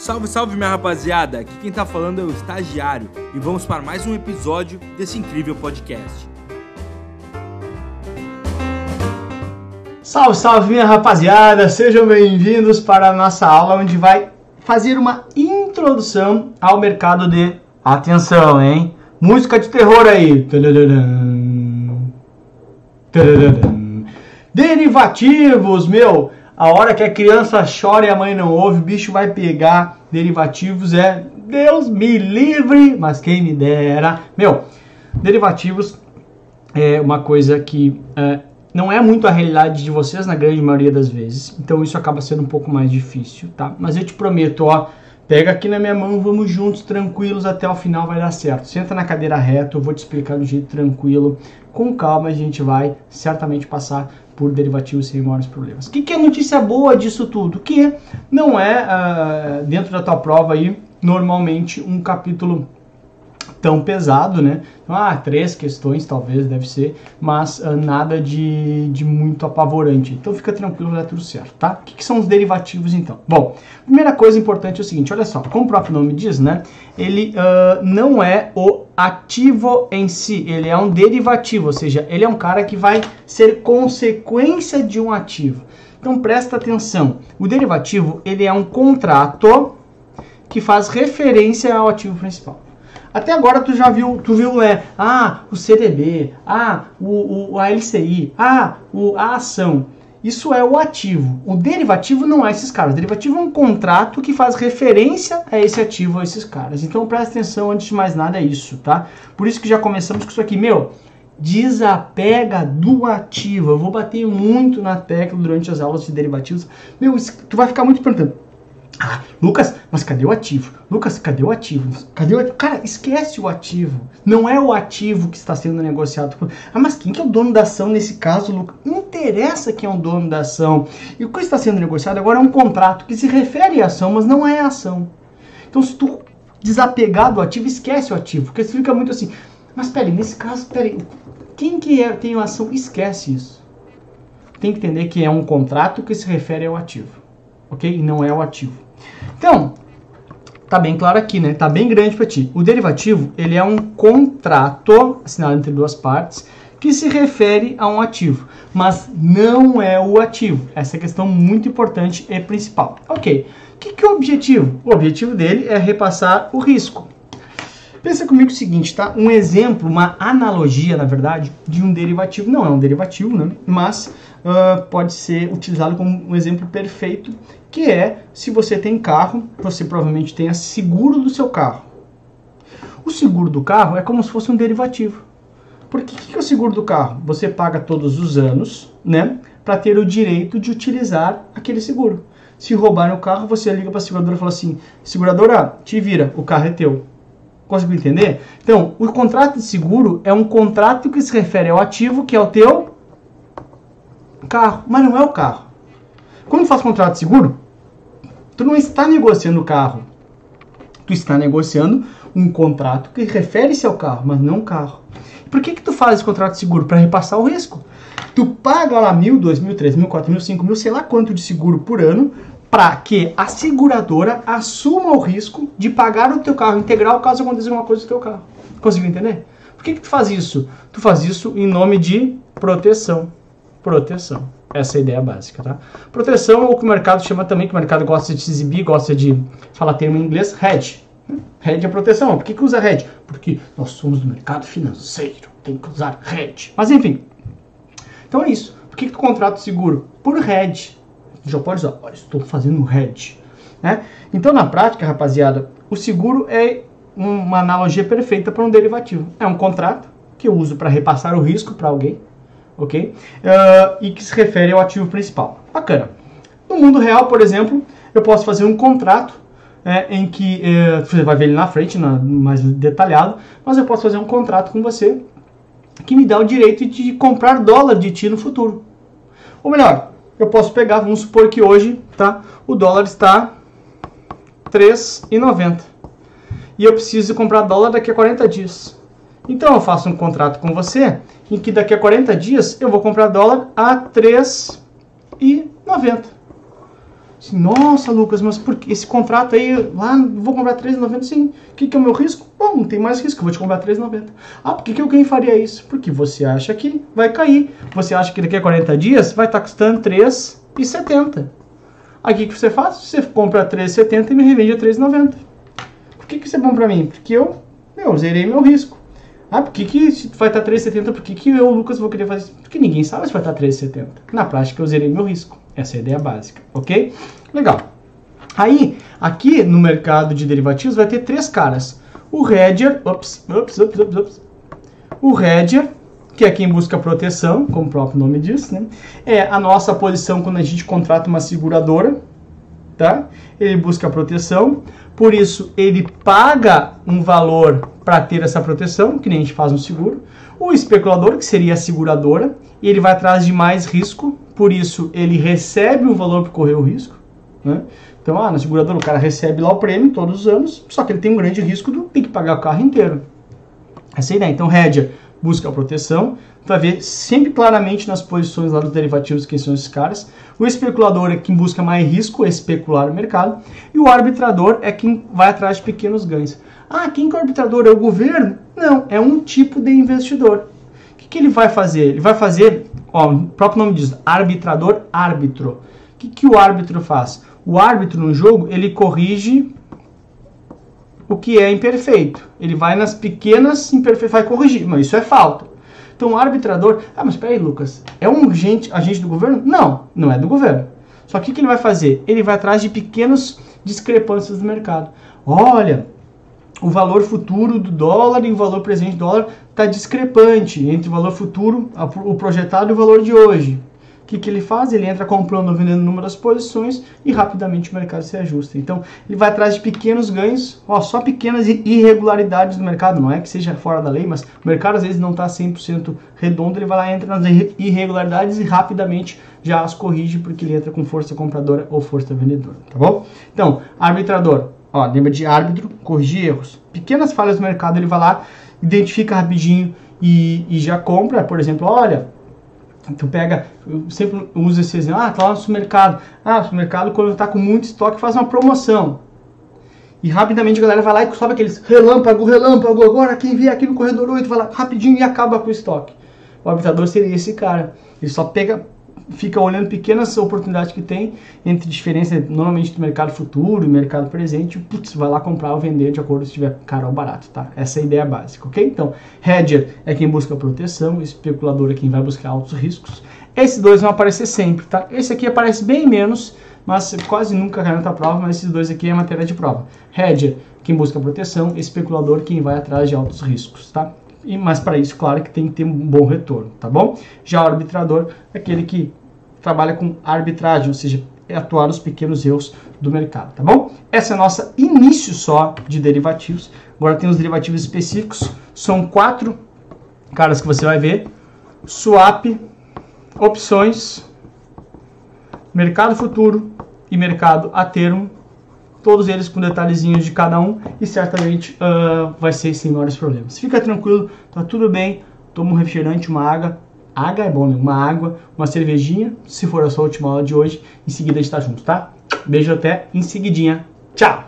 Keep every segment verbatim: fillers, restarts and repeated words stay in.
Salve, salve minha rapaziada, aqui quem tá falando é o Estagiário e vamos para mais um episódio desse incrível podcast. Salve, salve minha rapaziada, sejam bem-vindos para a nossa aula onde vai fazer uma introdução ao mercado de... Atenção, hein? Música de terror aí. Derivativos, meu... A hora que a criança chora e a mãe não ouve, o bicho vai pegar. Derivativos é Deus me livre, mas quem me dera. Meu, derivativos é uma coisa que é, não é muito a realidade de vocês na grande maioria das vezes. Então isso acaba sendo um pouco mais difícil, tá? Mas eu te prometo, ó, pega aqui na minha mão, vamos juntos, tranquilos, até o final vai dar certo. Senta na cadeira reta, eu vou te explicar do jeito tranquilo, com calma a gente vai certamente passar por derivativos sem maiores problemas. O que, que é notícia boa disso tudo? Que não é, uh, dentro da tua prova aí, normalmente um capítulo tão pesado, né? Ah, três questões talvez, deve ser, mas uh, nada de, de muito apavorante. Então fica tranquilo, vai dar tudo certo, tá? O que, que são os derivativos então? Bom, primeira coisa importante é o seguinte, olha só, como o próprio nome diz, né? Ele uh, não é o ativo em si, ele é um derivativo, ou seja, ele é um cara que vai ser consequência de um ativo. Então presta atenção, o derivativo ele é um contrato que faz referência ao ativo principal. Até agora tu já viu, tu viu, é, ah, o C D B, ah, o, o, a L C I, ah, o, a ação. Isso é o ativo. O derivativo não é esses caras. O derivativo é um contrato que faz referência a esse ativo, a esses caras. Então presta atenção, antes de mais nada, é isso, tá? Por isso que já começamos com isso aqui. Meu, desapega do ativo. Eu vou bater muito na tecla durante as aulas de derivativos. Meu, tu vai ficar muito perguntando. Ah, Lucas, mas cadê o ativo? Lucas, cadê o ativo? Cadê o ativo? Cara, esquece o ativo. Não é o ativo que está sendo negociado. Ah, mas quem que é o dono da ação nesse caso, Lucas? Não interessa quem é o dono da ação. E o que está sendo negociado agora é um contrato que se refere à ação, mas não é a ação. Então, se tu desapegar do ativo, esquece o ativo. Porque você fica muito assim, mas peraí, nesse caso, peraí, quem que é, tem a ação? Esquece isso. Tem que entender que é um contrato que se refere ao ativo. Ok? E não é o ativo. Então, tá bem claro aqui, né? Tá bem grande para ti. O derivativo, ele é um contrato assinado entre duas partes que se refere a um ativo, mas não é o ativo. Essa é a questão muito importante e principal. Ok. O que, que é o objetivo? O objetivo dele é repassar o risco. Pensa comigo o seguinte, tá? Um exemplo, uma analogia, na verdade, de um derivativo. Não é um derivativo, né? Mas uh, pode ser utilizado como um exemplo perfeito, que é, se você tem carro, você provavelmente tenha seguro do seu carro. O seguro do carro é como se fosse um derivativo. Porque o que é o seguro do carro? Você paga todos os anos, né? Para ter o direito de utilizar aquele seguro. Se roubarem o carro, você liga para a seguradora e fala assim, seguradora, te vira, o carro é teu. Conseguiu entender? Então, o contrato de seguro é um contrato que se refere ao ativo, que é o teu carro, mas não é o carro. Quando faz contrato de seguro, tu não está negociando o carro. Tu está negociando um contrato que refere-se ao carro, mas não o carro. Por que que tu faz esse contrato de seguro? Para repassar o risco. Tu paga lá mil, dois mil, três mil, quatro mil, cinco mil, sei lá quanto de seguro por ano, para que a seguradora assuma o risco de pagar o teu carro integral caso aconteça alguma coisa com o teu carro. Conseguiu entender? Por que que tu faz isso? Tu faz isso em nome de proteção. Proteção. Essa é a ideia básica, tá? Proteção é o que o mercado chama também, que o mercado gosta de se exibir, gosta de falar termo em inglês, hedge. Hedge é proteção. Por que que usa hedge? Porque nós somos do mercado financeiro, tem que usar hedge. Mas enfim. Então é isso. Por que que tu contrata o seguro? Por hedge. Já pode usar, olha, estou fazendo um hedge. Né? Então, na prática, rapaziada, o seguro é uma analogia perfeita para um derivativo. É um contrato que eu uso para repassar o risco para alguém, ok? Uh, e que se refere ao ativo principal. Bacana. No mundo real, por exemplo, eu posso fazer um contrato é, em que, é, você vai ver ele na frente, na, mais detalhado, mas eu posso fazer um contrato com você que me dá o direito de comprar dólar de ti no futuro. Ou melhor, eu posso pegar, vamos supor que hoje, tá, o dólar está três reais e noventa centavos. E eu preciso comprar dólar daqui a quarenta dias. Então eu faço um contrato com você, em que daqui a quarenta dias eu vou comprar dólar a três reais e noventa centavos. Assim, nossa, Lucas, mas por que esse contrato aí, lá, vou comprar três reais e noventa centavos, sim. O que, que é o meu risco? Bom, não tem mais risco, eu vou te comprar três reais e noventa centavos. Ah, por que, que alguém faria isso? Porque você acha que vai cair. Você acha que daqui a quarenta dias vai estar custando três reais e setenta centavos. Aí o que, que você faz? Você compra três reais e setenta centavos e me revende a três reais e noventa centavos. Por que, que isso é bom pra mim? Porque eu, meu, zerei meu risco. Ah, por que, que se vai estar três reais e setenta centavos, por que, que eu, Lucas, vou querer fazer isso? Porque ninguém sabe se vai estar três reais e setenta centavos. Na prática, eu zerei meu risco. Essa é a ideia básica, ok? Legal. Aí, aqui no mercado de derivativos vai ter três caras. O hedger, ups, ups, ups, ups, ups. O hedger, que é quem busca proteção, como o próprio nome diz, né? É a nossa posição quando a gente contrata uma seguradora, tá? Ele busca proteção, por isso ele paga um valor para ter essa proteção, que nem a gente faz no seguro. O especulador, que seria a seguradora, ele vai atrás de mais risco, por isso ele recebe um valor para correr o risco, né? Então, ah, na seguradora o cara recebe lá o prêmio todos os anos, só que ele tem um grande risco de ter que pagar o carro inteiro. Essa é a ideia. Então, hedger busca a proteção, vai ver sempre claramente nas posições lá dos derivativos quem são esses caras. O especulador é quem busca mais risco, especular o mercado, e o arbitrador é quem vai atrás de pequenos ganhos. Ah, quem que é o arbitrador? É o governo? Não, é um tipo de investidor. O que, que ele vai fazer? Ele vai fazer, ó, o próprio nome diz, arbitrador, árbitro. O que, que o árbitro faz? O árbitro no jogo, ele corrige o que é imperfeito. Ele vai nas pequenas imperfeições, vai corrigir, mas isso é falta. Então o arbitrador, ah, mas peraí, Lucas, é um agente, agente do governo? Não, não é do governo. Só que o que ele vai fazer? Ele vai atrás de pequenas discrepâncias do mercado. Olha, o valor futuro do dólar e o valor presente do dólar está discrepante entre o valor futuro, o projetado e o valor de hoje. O que, que ele faz? Ele entra comprando ou vendendo inúmeras posições e rapidamente o mercado se ajusta. Então, ele vai atrás de pequenos ganhos, ó, só pequenas irregularidades do mercado. Não é que seja fora da lei, mas o mercado às vezes não está cem por cento redondo, ele vai lá, entra nas irregularidades e rapidamente já as corrige, porque ele entra com força compradora ou força vendedora, tá bom? Então, arbitrador, ó, lembra de árbitro, corrigir erros. Pequenas falhas do mercado, ele vai lá, identifica rapidinho e, e já compra, por exemplo, olha... Tu pega, eu sempre uso esse exemplo, ah, tá lá no supermercado. Ah, o supermercado, quando tá com muito estoque, faz uma promoção. E rapidamente a galera vai lá e sobe aqueles relâmpago, relâmpago, agora quem vier aqui no corredor oito vai lá rapidinho e acaba com o estoque. O arbitrador seria esse cara. Ele só pega, fica olhando pequenas oportunidades que tem entre diferença, normalmente do mercado futuro e mercado presente, e putz, vai lá comprar ou vender de acordo se estiver caro ou barato, tá? Essa é a ideia básica, ok? Então, hedger é quem busca proteção, especulador é quem vai buscar altos riscos. Esses dois vão aparecer sempre, tá? Esse aqui aparece bem menos, mas quase nunca cai na prova, mas esses dois aqui é matéria de prova. Hedger, quem busca proteção, especulador, quem vai atrás de altos riscos, tá? E, mas para isso, claro que tem que ter um bom retorno, tá bom? Já o arbitrador é aquele que trabalha com arbitragem, ou seja, é atuar os pequenos erros do mercado, tá bom? Essa é a nossa início só de derivativos. Agora tem os derivativos específicos, são quatro caras que você vai ver: swap, opções, mercado futuro e mercado a termo. Todos eles com detalhezinhos de cada um e certamente uh, vai ser sem maiores problemas. Fica tranquilo, tá tudo bem. Toma um refrigerante, uma água. Água é bom, né? Uma água, uma cervejinha, se for a sua última aula de hoje. Em seguida a gente tá junto, tá? Beijo até em seguidinha. Tchau!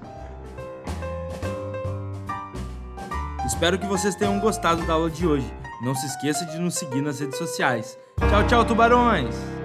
Espero que vocês tenham gostado da aula de hoje. Não se esqueça de nos seguir nas redes sociais. Tchau, tchau, tubarões!